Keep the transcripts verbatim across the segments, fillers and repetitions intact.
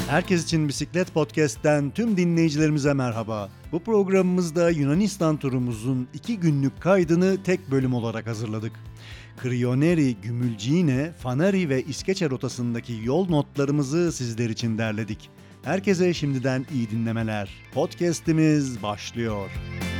Herkes için Bisiklet Podcast'ten tüm dinleyicilerimize merhaba. Bu programımızda Yunanistan turumuzun iki günlük kaydını tek bölüm olarak hazırladık. Kriyoneri, Gümülcine, Fanari ve İskeçe rotasındaki yol notlarımızı sizler için derledik. Herkese şimdiden iyi dinlemeler. Podcast'imiz başlıyor.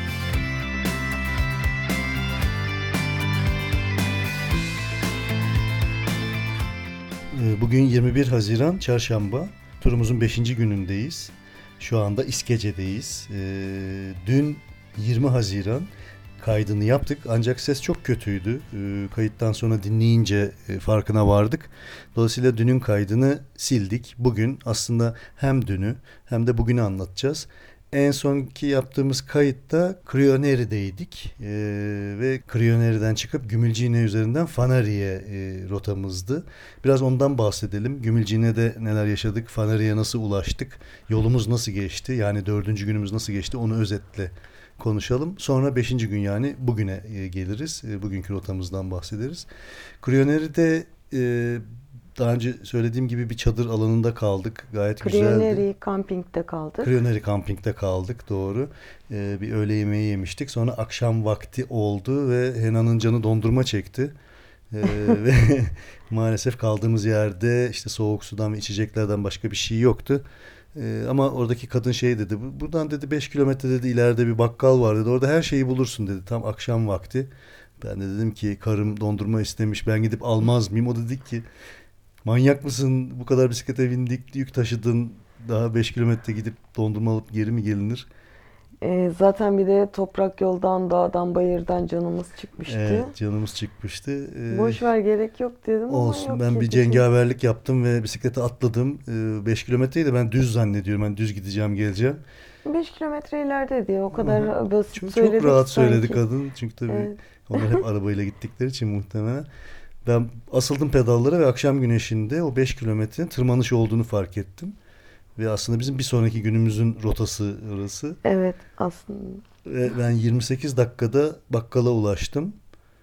Bugün yirmi bir Haziran Çarşamba. Turumuzun beşinci günündeyiz. Şu anda İskece'deyiz. Ee, dün yirmi Haziran kaydını yaptık ancak ses çok kötüydü. Ee, kayıttan sonra dinleyince e, farkına vardık. Dolayısıyla dünün kaydını sildik. Bugün aslında hem dünü hem de bugünü anlatacağız. En sonki yaptığımız kayıtta Kriyoneri'deydik ee, ve Kriyoneri'den çıkıp Gümülcine üzerinden Fanari'ye e, rotamızdı. Biraz ondan bahsedelim. Gümülcine'de neler yaşadık, Fanari'ye nasıl ulaştık, yolumuz nasıl geçti, yani dördüncü günümüz nasıl geçti onu özetle konuşalım. Sonra beşinci gün yani bugüne e, geliriz. E, bugünkü rotamızdan bahsederiz. Kriyoneri'de e, daha önce söylediğim gibi bir çadır alanında kaldık. Gayet güzeldi. Kriyoneri Camping'de kaldık. Kriyoneri Camping'de kaldık, doğru. Ee, bir öğle yemeği yemiştik. Sonra akşam vakti oldu ve Hena'nın canı dondurma çekti. Ee, ve maalesef kaldığımız yerde işte soğuk sudan ve içeceklerden başka bir şey yoktu. Ee, ama oradaki kadın şey dedi. Buradan dedi beş kilometre dedi ileride bir bakkal var dedi. Orada her şeyi bulursun dedi. Tam akşam vakti. Ben de dedim ki karım dondurma istemiş. Ben gidip almaz mıyım? O dedik ki manyak mısın? Bu kadar bisiklete bindik, yük taşıdın. Daha beş kilometre gidip dondurma alıp geri mi gelinir? Ee, zaten bir de toprak yoldan, dağdan, bayırdan canımız çıkmıştı. Evet, canımız çıkmıştı. Ee, Boş ver, gerek yok dedim. Olsun, ama yok ben bir cengaverlik yaptım ve bisiklete atladım. Ee, beş kilometreyi de ben düz zannediyorum. Ben düz gideceğim, geleceğim. beş kilometre ileride diye o kadar Aha. basit çok, söyledik. Çok rahat sanki. söyledi kadın. Çünkü tabii Evet. onlar hep arabayla gittikleri için muhtemelen. Ben asıldım pedallara ve akşam güneşinde o beş kilometrenin tırmanış olduğunu fark ettim. Ve aslında bizim bir sonraki günümüzün rotası orası. Evet aslında. Ve ben yirmi sekiz dakikada bakkala ulaştım.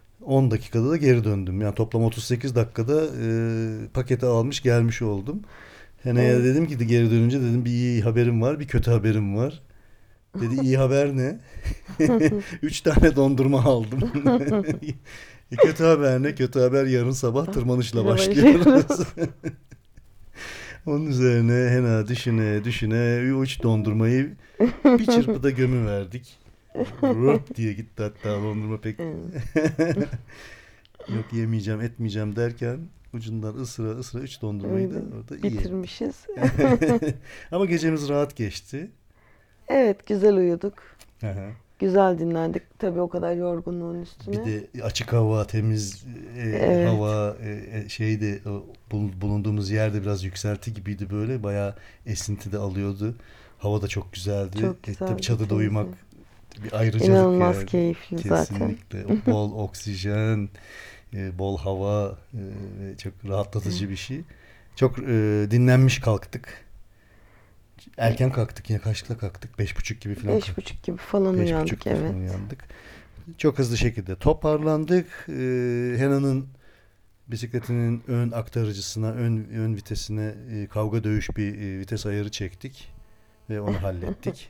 on dakikada da geri döndüm. Yani toplam otuz sekiz dakikada e, paketi almış gelmiş oldum. Hena'ya Evet. dedim ki de geri dönünce dedim bir iyi haberim var, bir kötü haberim var. Dedi iyi haber ne? Üç tane dondurma aldım. E, kötü haber ne? Kötü haber yarın sabah tırmanışla başlıyoruz. Onun üzerine Hena düşüne düşüne o üç dondurmayı bir çırpıda gömüverdik. Rırt diye gitti hatta dondurma pek. Yok yemeyeceğim etmeyeceğim derken ucundan ısıra ısıra üç dondurmayı da orada iyi. Bitirmişiz. Ama gecemiz rahat geçti. Evet, güzel uyuduk. Aha. Güzel dinlendik. Tabii o kadar yorgunluğun üstüne. Bir de açık hava, temiz e, Evet. hava, e, şeyde o, bulunduğumuz yerde biraz yükselti gibiydi böyle. Bayağı esinti de alıyordu. Hava da çok güzeldi. Çok E, güzeldi, tabii çadırda temizdi. uyumak bir ayrıcalık. İnanılmaz yani. keyifli zaten. Kesinlikle. O bol oksijen, e, bol hava, e, ve çok rahatlatıcı bir şey. Çok e, dinlenmiş kalktık. Erken kalktık, yine kaçta kalktık? Beş buçuk gibi falan. Beş buçuk gibi falan Beş uyandık, buçukta evet. falan uyandık. Çok hızlı şekilde toparlandık. Ee, Hena'nın bisikletinin ön aktarıcısına, ön ön vitesine e, kavga dövüş bir e, vites ayarı çektik ve onu hallettik.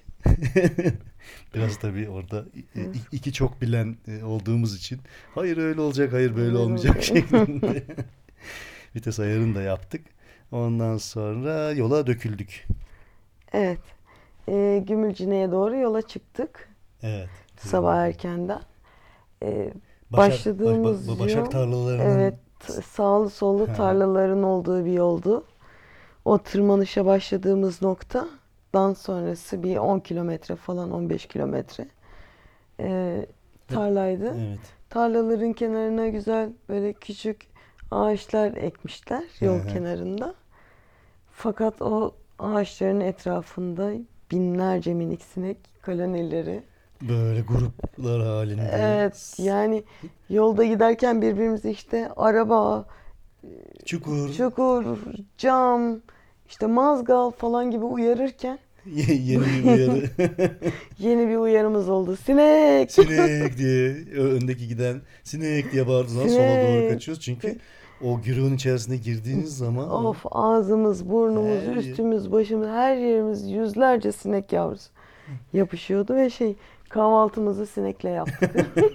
Biraz tabii orada e, iki çok bilen e, olduğumuz için hayır öyle olacak, hayır böyle Öyle olmayacak olacak. şeklinde vites ayarını da yaptık. Ondan sonra yola döküldük. Evet. Ee, Gümülcine'ye doğru yola çıktık. Evet. Sabah erkenden. Ee, Başak, başladığımız ba- ba- Başak yol, tarlalarının evet, sağlı sollu Ha. tarlaların olduğu bir yoldu. O tırmanışa başladığımız noktadan sonrası bir on kilometre falan, on beş kilometre ee, tarlaydı. Evet. Tarlaların kenarına güzel böyle küçük ağaçlar ekmişler yol Hı hı. kenarında. Fakat o ağaçların etrafında binlerce minik sinek kolonileri. Böyle gruplar halinde. Evet, yani yolda giderken birbirimizi işte araba, Çukur. çukur, cam, işte mazgal falan gibi uyarırken Yeni bir uyarı. yeni bir uyarımız oldu. Sinek! Sinek diye öndeki giden sinek diye bağırdığı zaman sola doğru Sinek. kaçıyoruz. Çünkü O güruğun içerisine girdiğiniz zaman o Of, ağzımız, burnumuz, her yer üstümüz, başımız, her yerimiz yüzlerce sinek yavrusu yapışıyordu ve şey, kahvaltımızı sinekle yaptık.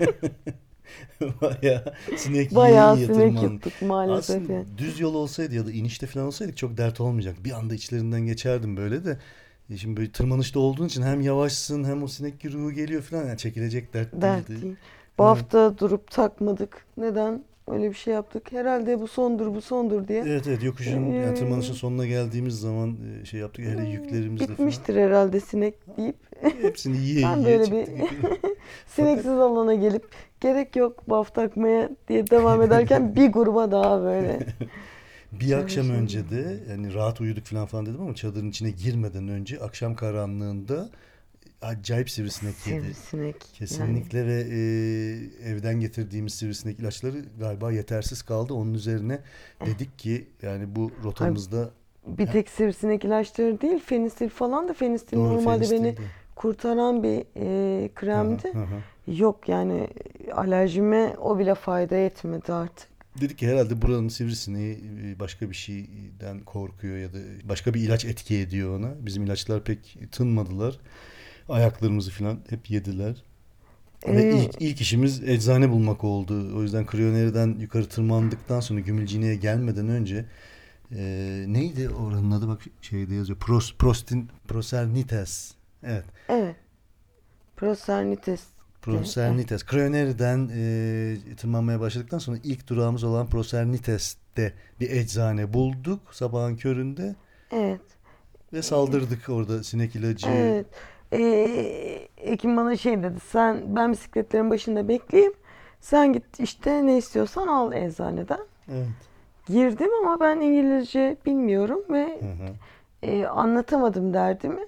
bayağı sinek yiye Bayağı yiye sinek tırman. yuttuk maalesef Aslında yani. düz yol olsaydı ya da inişte falan olsaydık çok dert olmayacak. Bir anda içlerinden geçerdim böyle de. E şimdi böyle tırmanışta olduğun için hem yavaşsın hem o sinek güruğu geliyor falan. Yani çekilecek dert Dert değildi. değil. Bu Evet. hafta durup takmadık. Neden? Öyle bir şey yaptık. Herhalde bu sondur, bu sondur diye. Evet evet yokuşun yani tırmanışın Ee, sonuna geldiğimiz zaman e, şey yaptık hele yüklerimizle falan. Bitmiştir herhalde sinek deyip Hepsini yiye ben yiye böyle bir çıktık yukarı. Fakat sineksiz alana gelip gerek yok baf takmaya diye devam ederken bir gruba daha böyle bir akşam çalışalım. önce de yani rahat uyuduk falan falan dedim ama çadırın içine girmeden önce akşam karanlığında acayip sivrisinek yedi. Sivrisinek yani. Kesinlikle ve e, evden getirdiğimiz sivrisinek ilaçları galiba yetersiz kaldı. Onun üzerine dedik ki yani bu Hay, rotamızda bir heh, tek sivrisinek ilaçları değil, fenisil falan da, fenisil doğru normalde beni fenistildi. kurtaran bir e, Hı hı, kremdi. hı hı. Yok yani, alerjime o bile fayda etmedi artık. Dedik ki herhalde buranın sivrisineği e, başka bir şeyden korkuyor ya da başka bir ilaç etki ediyor ona. Bizim ilaçlar pek tınmadılar. Ayaklarımızı falan hep yediler. Ve E, ilk ilk işimiz eczane bulmak oldu. O yüzden Kriyoneri'den yukarı tırmandıktan sonra Gümülcine'ye gelmeden önce e, neydi oranın adı bak şeyde yazıyor. Pros, prostin, Prosernites. Evet. evet, Prosernites'ti. Eh, Prosernites. Kriyoneri'den e, tırmanmaya başladıktan sonra ilk durağımız olan Prosernites'te bir eczane bulduk sabahın köründe evet. ve saldırdık orada sinek ilacı. Evet. Ee, Ekim bana şey dedi. Sen, ben bisikletlerin başında bekleyeyim. Sen git işte, ne istiyorsan al eczaneden. Evet. Girdim ama ben İngilizce bilmiyorum ve Hı hı. e, anlatamadım derdimi.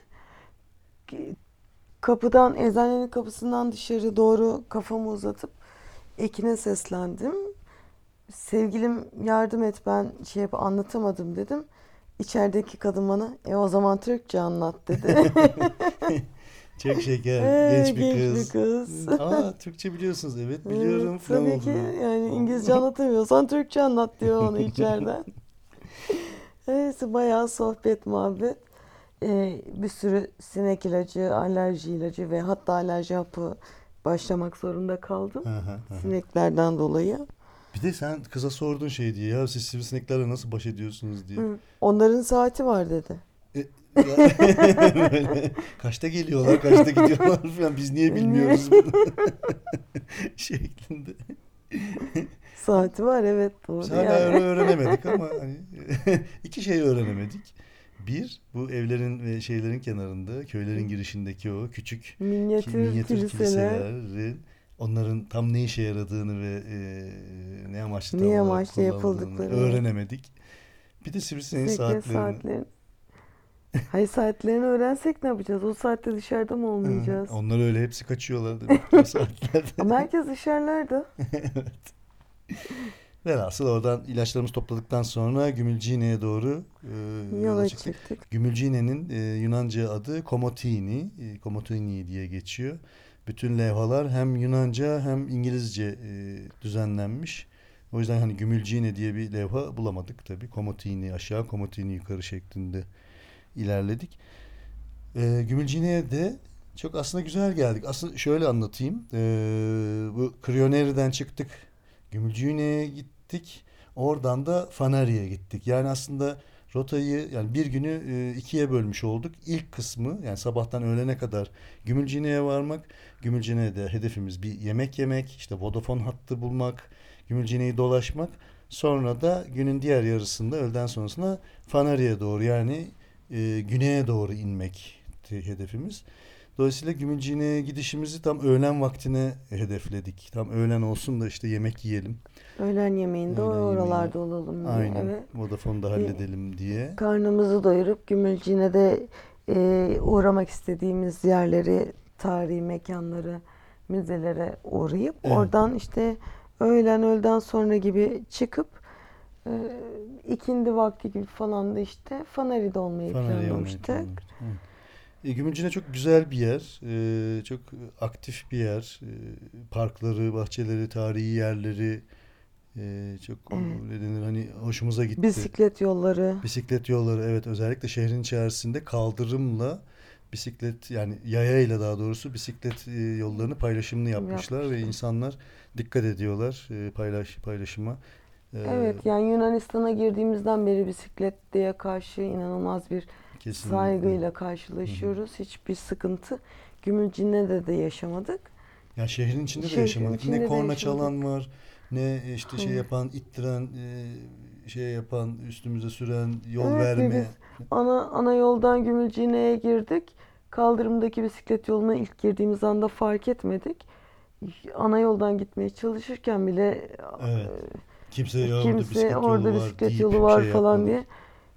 Kapıdan, eczanenin kapısından dışarı doğru kafamı uzatıp Ekin'e seslendim. Sevgilim, yardım et, ben şey yap anlatamadım dedim. İçerideki kadın bana, e o zaman Türkçe anlat dedi. Çok şeker, Ee, genç bir genç bir kız. kız. Aa Türkçe biliyorsunuz. Evet Evet, biliyorum falan tabii ki oldu. yani O- İngilizce anlatamıyorsan Türkçe anlat diyor ona içeriden. Neyse, bayağı sohbet muhabbet. Ee, bir sürü sinek ilacı, alerji ilacı ve hatta alerji hapı başlamak zorunda kaldım. Hı hı, hı hı. Sineklerden dolayı. Bir de sen kıza sordun şey diye ya siz sivrisineklerle nasıl baş ediyorsunuz diye. Hı. Onların saati var dedi. E, ya- böyle kaçta geliyorlar, kaçta gidiyorlar falan biz niye Niye? bilmiyoruz bunu şeklinde. Saati var, evet, Biz doğru hala öyle yani. öğrenemedik ama hani iki şey öğrenemedik. Bir, bu evlerin ve şeylerin kenarında, köylerin girişindeki o küçük ki, Minyatür minyatür kiliseler kiliselerin onların tam ne işe yaradığını ve e, ne amaçlı tam niye olarak amaçla kullanıldığını yapıldıkları, evet. öğrenemedik. Bir de sivrisineğin Sineklerin saatlerini. saatlerini. Hayır, saatlerini öğrensek ne yapacağız? O saatte dışarıda mı Hı, olmayacağız? onlar öyle hepsi kaçıyorlar demek ki o Ama saatlerde. herkes dışarılarda. Velhasıl oradan ilaçlarımızı topladıktan sonra Gümülcine'ye doğru e, yola Yola çıktık. çıktık. Gümülcine'nin e, Yunanca adı Komotini, e, Komotini diye geçiyor. Bütün levhalar hem Yunanca hem İngilizce e, düzenlenmiş. O yüzden hani Gümülcine diye bir levha bulamadık tabii. Komotini aşağı, Komotini yukarı şeklinde ilerledik. E, Gümülcine'ye de çok aslında güzel geldik. Aslında şöyle anlatayım. E, bu Kriyoneri'den çıktık. Gümülcine'ye gittik. Oradan da Fanari'ye gittik. Yani aslında rotayı yani bir günü e, ikiye bölmüş olduk. İlk kısmı yani sabahtan öğlene kadar Gümülcine'ye varmak. Gümülcine'de hedefimiz bir yemek yemek, işte Vodafone hattı bulmak, Gümülcine'yi dolaşmak. Sonra da günün diğer yarısında öğleden sonrasında Fanari'ye doğru yani e, güneye doğru inmek hedefimiz. Dolayısıyla Gümülcine'ye gidişimizi tam öğlen vaktine hedefledik. Tam öğlen olsun da işte yemek yiyelim. Öğlen yemeğinde Öğlen yemeğini oralarda olalım diye. aynen Evet. Vodafone'da E, halledelim diye. Karnımızı doyurup Gümülcine'de e, uğramak istediğimiz yerleri, tarihi mekanları, müzelere uğrayıp Evet. oradan işte öğlen, öğleden sonra gibi çıkıp e, ikindi vakti gibi falan da işte Fanari'de olmayı Fanarya olmayı planlamıştık. planlamıştık. Evet. E, Gümülcine çok güzel bir yer. E, çok aktif bir yer. E, parkları, bahçeleri, tarihi yerleri Ee, çok Evet. ne denir hani hoşumuza gitti. Bisiklet yolları. Bisiklet yolları, evet, özellikle şehrin içerisinde kaldırımla bisiklet, yani yayayla daha doğrusu bisiklet e, yollarını paylaşımlı yapmışlar ve Yapmışlar. insanlar dikkat ediyorlar e, paylaş paylaşıma. Ee, Evet, yani Yunanistan'a girdiğimizden beri bisikletliğe karşı inanılmaz bir Kesinlikle. saygıyla Hı hı. karşılaşıyoruz. Hiçbir sıkıntı Gümülcine'de de yaşamadık. Ya şehrin içinde de Şehrin yaşamadık. Ne içinde de korna yaşamadık. çalan var, ne işte şey Hayır. yapan, ittiren, e, şey yapan, üstümüze süren, yol Evet, ve biz verme. ana ana yoldan Gümülcine'ye girdik. Kaldırımdaki bisiklet yoluna ilk girdiğimiz anda fark etmedik. Ana yoldan gitmeye çalışırken bile Evet. Kimse e, ya burada kimse bisiklet yolu orada var bisiklet deyip yolu bir var şey falan yapmadık. diye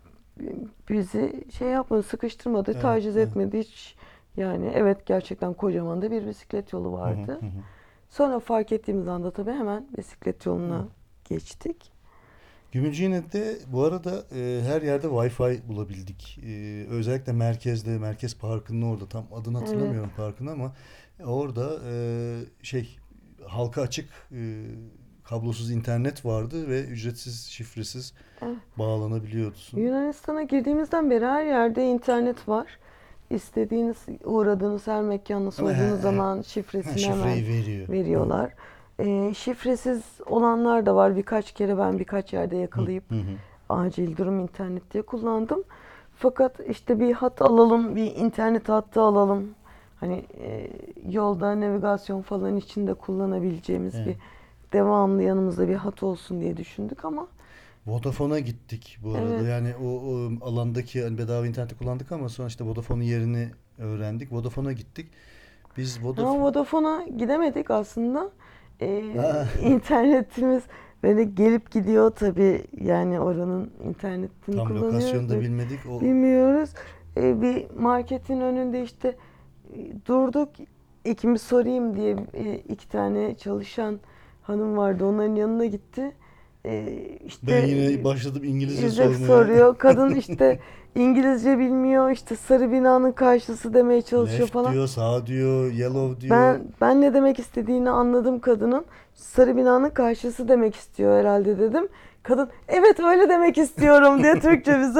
bizi şey yapmadı, sıkıştırmadı, Evet, taciz evet. etmedi hiç. Yani evet, gerçekten kocaman da bir bisiklet yolu Hı hı, vardı. hı hı. Sonra fark ettiğimiz anda tabii hemen bisiklet Evet. yoluna geçtik. Gümülcine'de bu arada e, her yerde Wi-Fi bulabildik. E, özellikle merkezde, Merkez Parkı'nın orada, tam adını Evet. hatırlamıyorum parkın ama orada e, şey halka açık e, kablosuz internet vardı ve ücretsiz, şifresiz Evet. bağlanabiliyorsun. Yunanistan'a girdiğimizden beri her yerde internet var. İstediğiniz, uğradığınız her mekanda Ama he, sorduğunuz he, zaman he, şifresini hemen şifreyi veriyor. Evet. veriyorlar. Ee, şifresiz olanlar da var. Birkaç kere ben birkaç yerde Hı yakalayıp hı hı. acil durum internet diye kullandım. Fakat işte bir hat alalım, bir internet hattı alalım. Hani e, yolda navigasyon falan için de kullanabileceğimiz bir Evet. devamlı yanımızda bir hat olsun diye düşündük ama Vodafone'a gittik bu arada. evet. Yani o, o alandaki hani bedava interneti kullandık ama sonra işte Vodafone'un yerini öğrendik. Vodafone'a gittik. Biz Ama Vodafone... Vodafone'a gidemedik aslında. Ee, Ha, internetimiz böyle gelip gidiyor tabii. Yani oranın internetini tam kullanıyoruz lokasyonu da ve bilmedik. O bilmiyoruz. Ee, bir marketin önünde işte e, durduk. Ekimi sorayım diye e, iki tane çalışan hanım vardı. Onların yanına gitti. Ee, ben işte yine başladım İngilizce İzzet sormaya. soruyor. Kadın işte İngilizce bilmiyor. İşte sarı binanın karşısı demeye çalışıyor Left falan. diyor, sağ diyor, yellow diyor. Ben ben ne demek istediğini anladım kadının. Sarı binanın karşısı demek istiyor herhalde dedim. Kadın evet öyle demek istiyorum diye Türkçe bize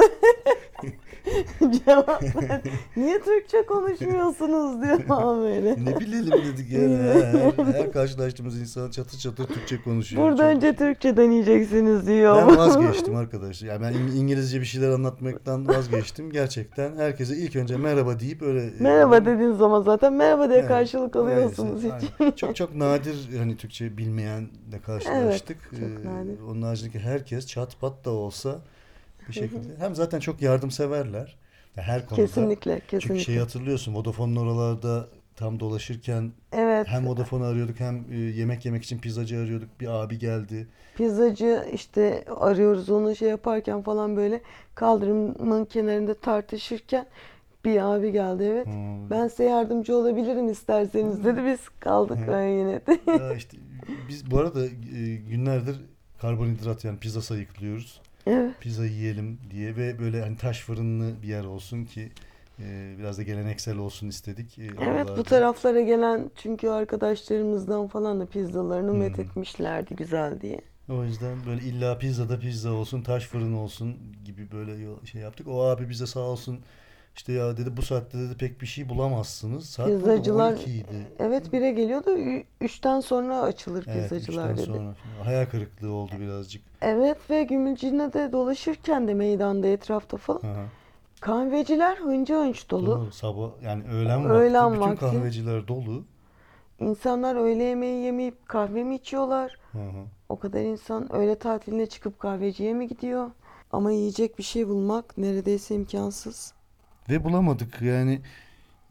cevap ver. Niye Türkçe konuşmuyorsunuz diyor böyle. Ne bilelim dedik yani. Her, her karşılaştığımız insan çatır çatır Türkçe konuşuyor. Burada Çok önce Türkçe deneyeceksiniz Ben diyor. vazgeçtim arkadaşlar. Yani ben İng- İngilizce bir şeyler anlatmaktan vazgeçtim. Gerçekten herkese ilk önce merhaba deyip öyle e, Merhaba hem dediğin zaman zaten merhaba diye evet, karşılık öyleyse alıyorsunuz hiç. aynen. Çok çok nadir hani Türkçe bilmeyenle Evet, karşılaştık. çok nadir. Ee, onun haricindeki herkes çat pat da olsa bir şekilde hem zaten çok yardımseverler ya her konuda. Kesinlikle, Çünkü şeyi kesinlikle. hatırlıyorsun, Vodafone'un oralarda tam dolaşırken Evet, hem Vodafone'u arıyorduk hem e, yemek yemek için pizzacı arıyorduk. Bir abi geldi. pizzacı işte arıyoruz onu şey yaparken falan böyle kaldırımın kenarında tartışırken bir abi geldi, evet. Hmm. Ben size yardımcı olabilirim isterseniz dedi. Biz kaldık öyle yine de. Ya işte biz bu arada e, günlerdir karbonhidrat, yani pizza sayıklıyoruz. Evet. Pizza yiyelim diye ve böyle hani taş fırınlı bir yer olsun ki e, biraz da geleneksel olsun istedik e, Evet, bu oralarda. taraflara gelen çünkü arkadaşlarımızdan falan da pizzalarını met Hmm. etmişlerdi güzel diye. O yüzden böyle illa pizza da pizza olsun, taş fırın olsun gibi böyle yol- şey yaptık. O abi bize sağ olsun işte ya dedi bu saatte dedi pek bir şey bulamazsınız. Saat burada Pizzacılar on iki idi. evet bire geliyordu. Ü- Üçten sonra açılır Evet, üçten pizzacılar dedi. sonra hayal kırıklığı oldu birazcık. Evet, ve Gümülcine'de dolaşırken de meydanda etrafta falan Hı hı. kahveciler hınca hınç dolu. Doğru, sabah yani öğlen vakti Öğlen bütün vakti. kahveciler dolu. İnsanlar öğle yemeği yemeyip kahve mi içiyorlar? Hı hı. O kadar insan öğle tatiline çıkıp kahveciye mi gidiyor? Ama yiyecek bir şey bulmak neredeyse imkansız. Ve bulamadık yani e,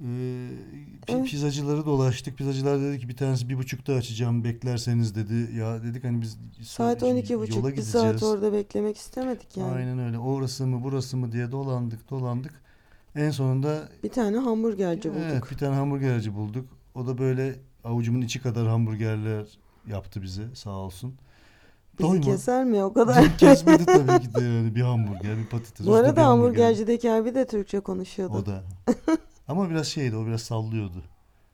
pi- Evet. pizzacıları dolaştık. Pizzacılar dedi ki bir tanesi bir buçukta açacağım beklerseniz dedi. Ya dedik hani biz Saat on iki sa- yola buçuk. Bir saat gideceğiz. orada beklemek istemedik yani. Aynen öyle. Orası mı burası mı diye dolandık dolandık. En sonunda Bir tane hamburgerci evet bulduk. bir tane hamburgerci bulduk. O da böyle avucumun içi kadar hamburgerler yaptı bize sağ olsun. Bizi Doyma. keser mi o kadar? Kesmedi tabii ki de yani bir hamburger, bir patates, Bu üstüne bir arada hamburger. hamburgercideki abi de Türkçe O konuşuyordu. da. Ama biraz şeydi, o biraz sallıyordu.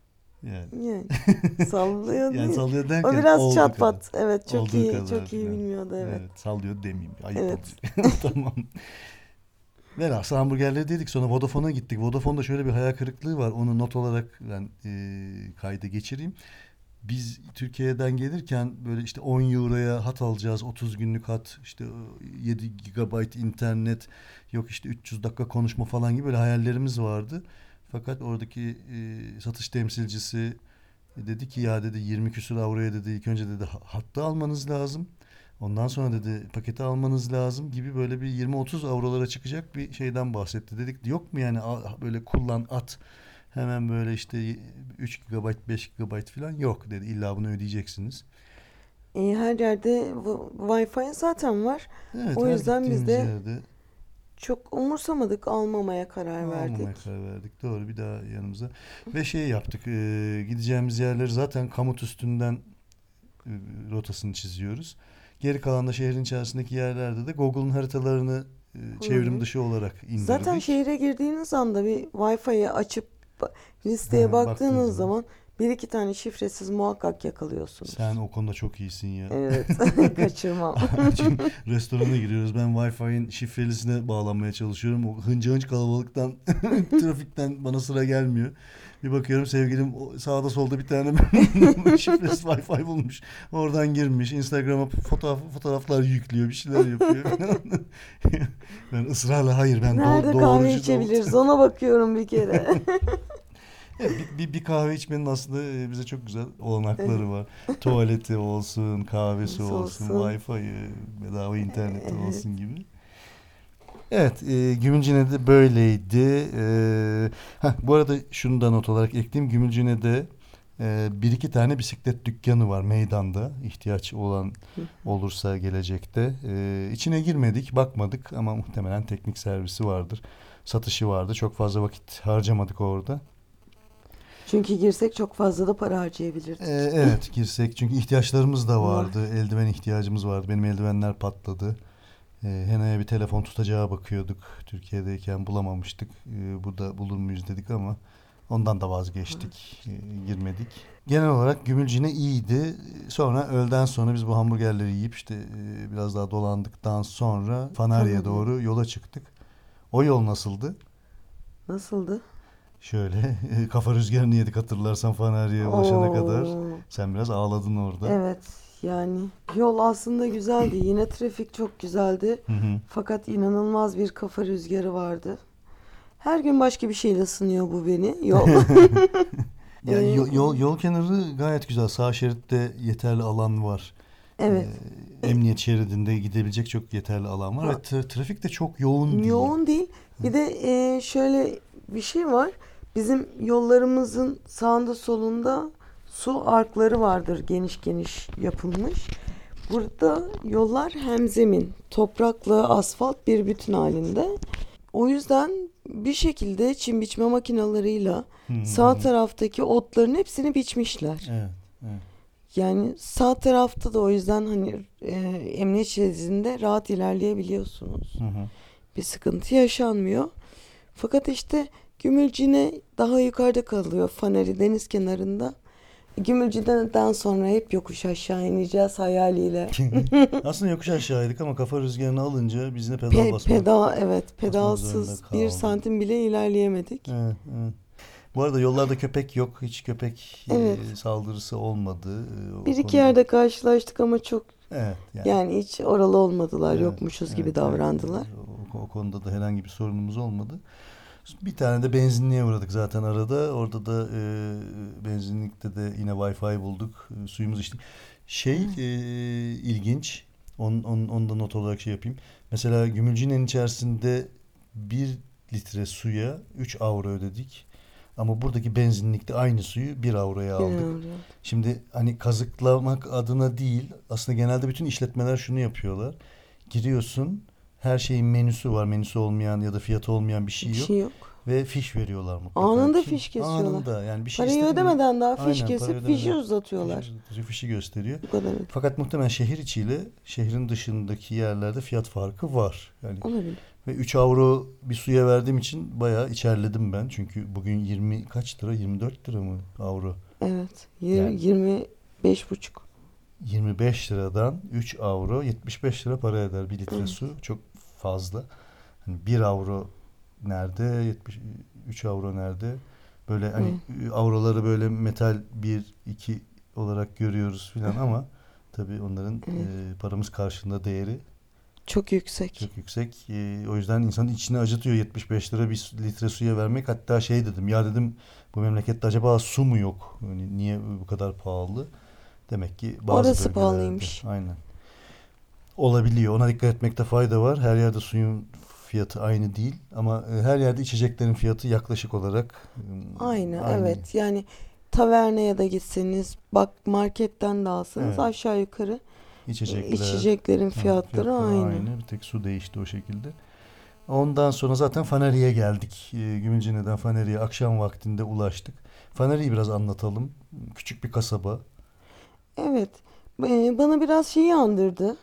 Yani. Yani sallıyor Yani değil. sallıyor derken O biraz olduğu çat kadar. pat. Evet, çok Olduğu iyi kadar. çok iyi Yani. bilmiyordu, evet. Evet, sallıyor demeyeyim. Ayıp Evet. oluyor. Tamam. Velhasıl hamburgerleri dedik. Sonra Vodafone'a gittik. Vodafone'da şöyle bir hayal kırıklığı var. Onu not olarak ben e, kayda geçireyim. Biz Türkiye'den gelirken böyle işte on euroya hat alacağız. otuz günlük hat, işte yedi gigabayt internet, yok işte üç yüz dakika konuşma falan gibi böyle hayallerimiz vardı. Fakat oradaki e, satış temsilcisi dedi ki ya dedi yirmi küsur avroya dedi ilk önce dedi hattı almanız lazım. Ondan sonra dedi paketi almanız lazım gibi böyle bir yirmi otuz avrolara çıkacak bir şeyden bahsetti. Dedik yok mu yani böyle kullan at. Hemen böyle işte üç gigabayt beş gigabayt falan yok dedi. İlla bunu ödeyeceksiniz. E, her yerde Wi-Fi zaten var. Evet, O her yüzden biz gittiğimiz de yerde çok umursamadık, almamaya karar almamaya verdik. karar verdik. Doğru, bir daha yanımıza. Ve şey yaptık. E, gideceğimiz yerleri zaten Kamut üstünden e, rotasını çiziyoruz. Geri kalan da şehrin içerisindeki yerlerde de Google'un haritalarını e, çevrim Kullanıyoruz. dışı olarak Zaten indirdik. şehre girdiğiniz anda bir Wi-Fi'yi açıp ba- listeye Ha, baktığın baktığınız zaman. zaman bir iki tane şifresiz muhakkak yakalıyorsunuz. Sen o konuda çok iyisin ya. Evet, kaçırmam. Çünkü restorana giriyoruz. Ben Wi-Fi'nin şifrelisine bağlanmaya çalışıyorum. O hınca hınç kalabalıktan, trafikten bana sıra gelmiyor. Bir bakıyorum sevgilim sağda solda bir tane şifresiz Wi-Fi bulmuş. Oradan girmiş. Instagram'a fotoğraf, fotoğraflar yüklüyor. Bir şeyler yapıyor. Ben ısrarla hayır ben do- Nerede kahve doğrucu içebiliriz? Ona bakıyorum bir kere. Evet, bir, bir, bir kahve içmenin aslında e, bize çok güzel olanakları var. Tuvaleti olsun, kahvesi Nasıl olsun, olsun? Wi-Fi'yi, bedava interneti Evet. olsun gibi. Evet, e, Gümülcine'de böyleydi. E, heh, bu arada şunu da not olarak ekleyeyim. Gümülcine'de e, bir iki tane bisiklet dükkanı var meydanda. İhtiyaç olan olursa gelecekte. E, içine girmedik, bakmadık ama muhtemelen teknik servisi vardır. Satışı vardı. Çok fazla vakit harcamadık orada. Çünkü girsek çok fazla da para harcayabilirdik. Ee, evet girsek çünkü ihtiyaçlarımız da Var. vardı. Eldiven ihtiyacımız vardı. Benim eldivenler patladı. Ee, Hena'ya bir telefon tutacağı bakıyorduk. Türkiye'deyken bulamamıştık. Ee, burada bulur muyuz dedik ama ondan da vazgeçtik. Ee, girmedik. Genel olarak Gümülcine iyiydi. Sonra öğleden sonra biz bu hamburgerleri yiyip işte e, biraz daha dolandıktan sonra Fanari'ye Fanarya. doğru yola çıktık. O yol nasıldı? Nasıldı? Şöyle kafa rüzgarını yedik hatırlarsan Fanari'ye ulaşana kadar. Oo, Sen biraz ağladın orada. evet, yani yol aslında güzeldi. Yine trafik çok güzeldi. Hı hı. Fakat inanılmaz bir kafa rüzgarı vardı. Her gün başka bir şeyle ısınıyor bu beni. Yol. Ya Ee, yol, yol, yol kenarı gayet güzel. Sağ şeritte yeterli alan var. evet. Ee, emniyet şeridinde gidebilecek çok yeterli alan var. Ha, Ve tra- trafik de çok yoğun değil. yoğun değil. Bir de e, şöyle bir şey var. Bizim yollarımızın sağında solunda su arkları vardır, geniş geniş yapılmış. Burada yollar hemzemin, toprakla asfalt bir bütün halinde. O yüzden bir şekilde çim biçme makinalarıyla Hı hı sağ hı. taraftaki otların hepsini biçmişler. Evet, evet. Yani sağ tarafta da o yüzden hani e, emniyet şeridinde rahat ilerleyebiliyorsunuz. Hı hı. Bir sıkıntı yaşanmıyor. Fakat işte Gümülcine daha yukarıda kalıyor. Faneri deniz kenarında. Gümülcine'den sonra hep yokuş aşağı ineceğiz hayaliyle. Aslında yokuş aşağıydık ama kafa rüzgarını alınca biz de pedal Pe basmak, pedal evet, basmak zorunda pedalsız bir kaldık. santim bile ilerleyemedik. Evet, evet. Bu arada yollarda köpek yok. Hiç köpek Evet. e, saldırısı olmadı. E, o Bir iki konuda. yerde karşılaştık ama çok Evet, yani. yani hiç oralı olmadılar, Evet, yokmuşuz gibi evet, davrandılar. evet. O, o konuda da herhangi bir sorunumuz olmadı. Bir tane de benzinliğe uğradık zaten arada. Orada da e, benzinlikte de yine Wi-Fi bulduk. E, suyumuzu içtik. Şey e, ilginç. On, on, onu da not olarak şey yapayım. Mesela Gümülcine'nin içerisinde bir litre suya üç avro ödedik. Ama buradaki benzinlikte aynı suyu bir avroya aldık. Bilmiyorum. Şimdi hani kazıklamak adına değil, aslında genelde bütün işletmeler şunu yapıyorlar. Giriyorsun, her şeyin menüsü var, menüsü olmayan ya da fiyatı olmayan bir şey Bir yok şey yok. ve fiş veriyorlar mutlaka. Anında Kim? fiş kesiyorlar. Anında yani bir şey Parayı istedin mi? ödemeden daha fiş Aynen, para kesip ödemeden fişi uzatıyorlar. fişi, uzatıyor, fişi gösteriyor. Bu kadar. Fakat muhtemelen şehir içiyle şehrin dışındaki yerlerde fiyat farkı var. Yani Olabilir. ve üç avro bir suya verdiğim için bayağı içerledim ben. Çünkü bugün yirmi kaç lira? yirmi dört lira mı avro? Evet. Yir- Yani yirmi beş buçuk. yirmi beş liradan üç avro yetmiş beş lira para eder bir litre Evet. su. Çok fazla. Hani bir avro nerede? yetmiş üç avro nerede? Böyle hani Evet. avroları böyle metal bir iki olarak görüyoruz filan ama tabii onların Evet. e, paramız karşılığında değeri Çok yüksek. çok yüksek. E, o yüzden insanın içini acıtıyor yetmiş beş lira bir litre suya vermek. Hatta şey dedim ya dedim bu memlekette acaba su mu yok? Yani niye bu kadar pahalı? Demek ki bazı Orası bölgelerde. pahalıymış. Aynen. Olabiliyor. Ona dikkat etmekte fayda var. Her yerde suyun fiyatı aynı değil ama e, her yerde içeceklerin fiyatı yaklaşık olarak e, Aynı, aynı. evet. Yani tavernaya da gitseniz, bak marketten de alsanız Evet. aşağı yukarı e, İçecekler, içeceklerin ha, fiyatları fiyatları aynı. aynı. Bir tek su değişti o şekilde. Ondan sonra zaten Faneri'ye geldik. E, Gümülcine'den Faneri'ye akşam vaktinde ulaştık. Faneri'yi biraz anlatalım. Küçük bir kasaba. Evet. e, Bana biraz şeyi andırdı.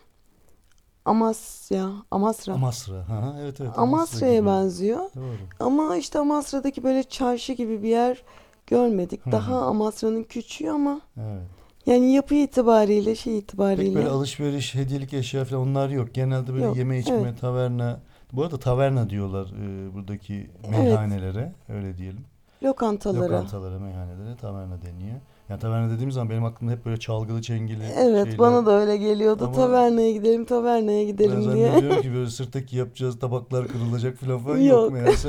Amasya, Amasra. Amasra. Ha, evet evet Amasra Amasra'ya gibi. benziyor. Doğru. Ama işte Amasra'daki böyle çarşı gibi bir yer görmedik. Hı Daha hı. Amasra'nın küçüğü ama Evet. yani yapı itibariyle, şey Pek böyle itibariyle alışveriş, hediyelik eşya falan onlar yok. Genelde böyle yok. yeme Evet. içme, taverna. Bu arada taverna diyorlar e, buradaki Evet. meyhanelere, öyle diyelim. Lokantalara. Lokantalara, meyhanelere taverna deniyor. Yani taverna dediğim zaman benim aklımda hep böyle çalgılı, çengeli Evet, şeyler. bana da öyle geliyordu. Ama Tavernaya gidelim, tavernaya ben gidelim diye. zannediyorum ki böyle sırtaki yapacağız, tabaklar kırılacak falan falan yok Yok. meğerse.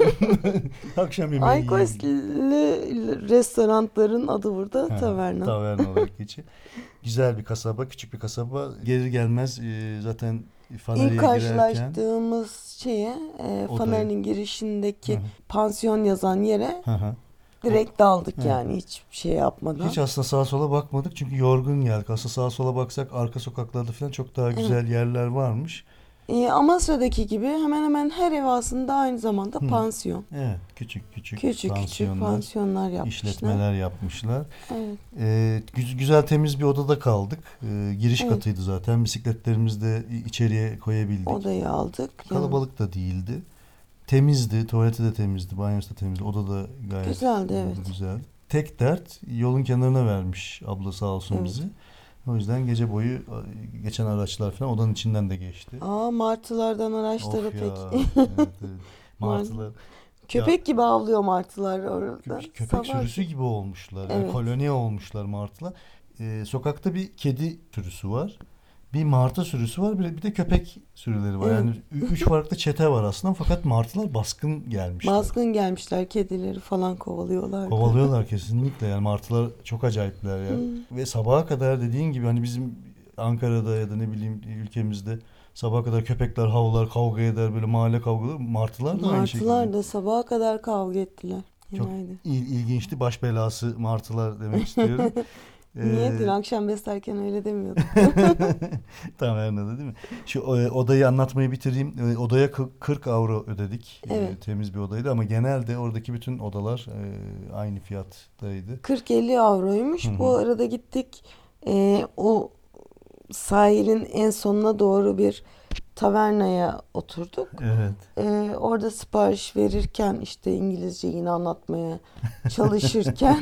Akşam yemeği yiyelim. Alkollü restoranların adı burada taverna. Taverna olarak geçiyor. Güzel bir kasaba, küçük bir kasaba. Gelir gelmez e, zaten İlk Fanari'ye girerken karşılaştığımız şeye, e, odaya. Faner'in Hı girişindeki hı. pansiyon yazan yere Hı hı. O, direkt daldık evet. yani hiçbir şey yapmadan. Hiç aslında sağa sola bakmadık çünkü yorgun geldik. Aslında sağa sola baksak arka sokaklarda falan çok daha Evet. güzel yerler varmış. E, Amasra'daki gibi hemen hemen her ev aslında aynı zamanda Hı. pansiyon. Evet, küçük küçük Küçük küçük pansiyonlar, pansiyonlar yapmışlar. işletmeler yapmışlar. Evet. Ee, gü- güzel temiz bir odada kaldık. Ee, giriş Evet. katıydı zaten. Bisikletlerimizi de içeriye koyabildik. Odayı aldık. Yani Kalabalık da değildi. Temizdi, tuvaleti de temizdi, banyosu da temizdi. Oda da gayet güzeldi, e, evet. güzel. Tek dert yolun kenarına vermiş abla sağ olsun Evet. bizi. O yüzden gece boyu e, geçen araçlar falan odanın içinden de geçti. Aa, martılardan araçlara Of pek. ya. Evet, evet. Mar- Martılar. Ya Köpek gibi avlıyor martılar orada. kö- köpek Sabah sürüsü akşam. gibi olmuşlar. Yani Evet. koloni olmuşlar martılar. Ee, sokakta bir kedi sürüsü var. Bir martı sürüsü var. Bir de, bir de köpek sürüleri var. Evet. Yani ü- üç farklı çete var aslında. Fakat martılar baskın gelmişler. Baskın gelmişler. Kedileri falan kovalıyorlardı. Kovalıyorlar kesinlikle. Yani martılar çok acayipler ya. Hmm. Ve sabaha kadar dediğin gibi hani bizim Ankara'da ya da ne bileyim ülkemizde sabaha kadar köpekler havlar, kavga eder böyle mahalle kavgaları. Martılar da aynı şekilde. Martılar da sabaha kadar kavga ettiler. Çok Yine il- ilginçti. Baş belası martılar demek istiyorum. Niye? Dün Ee, akşam beslerken öyle demiyorduk. tamam Erna'da değil mi? Şu e, odayı anlatmayı bitireyim. E, odaya kı- kırk avro ödedik. E, Evet. temiz bir odaydı ama genelde oradaki bütün odalar e, aynı fiyattaydı. kırk elli avroymuş. Hı Bu hı. arada gittik. Ee, o sahilin en sonuna doğru bir tavernaya oturduk. Evet. Ee, orada sipariş verirken işte İngilizce yine anlatmaya çalışırken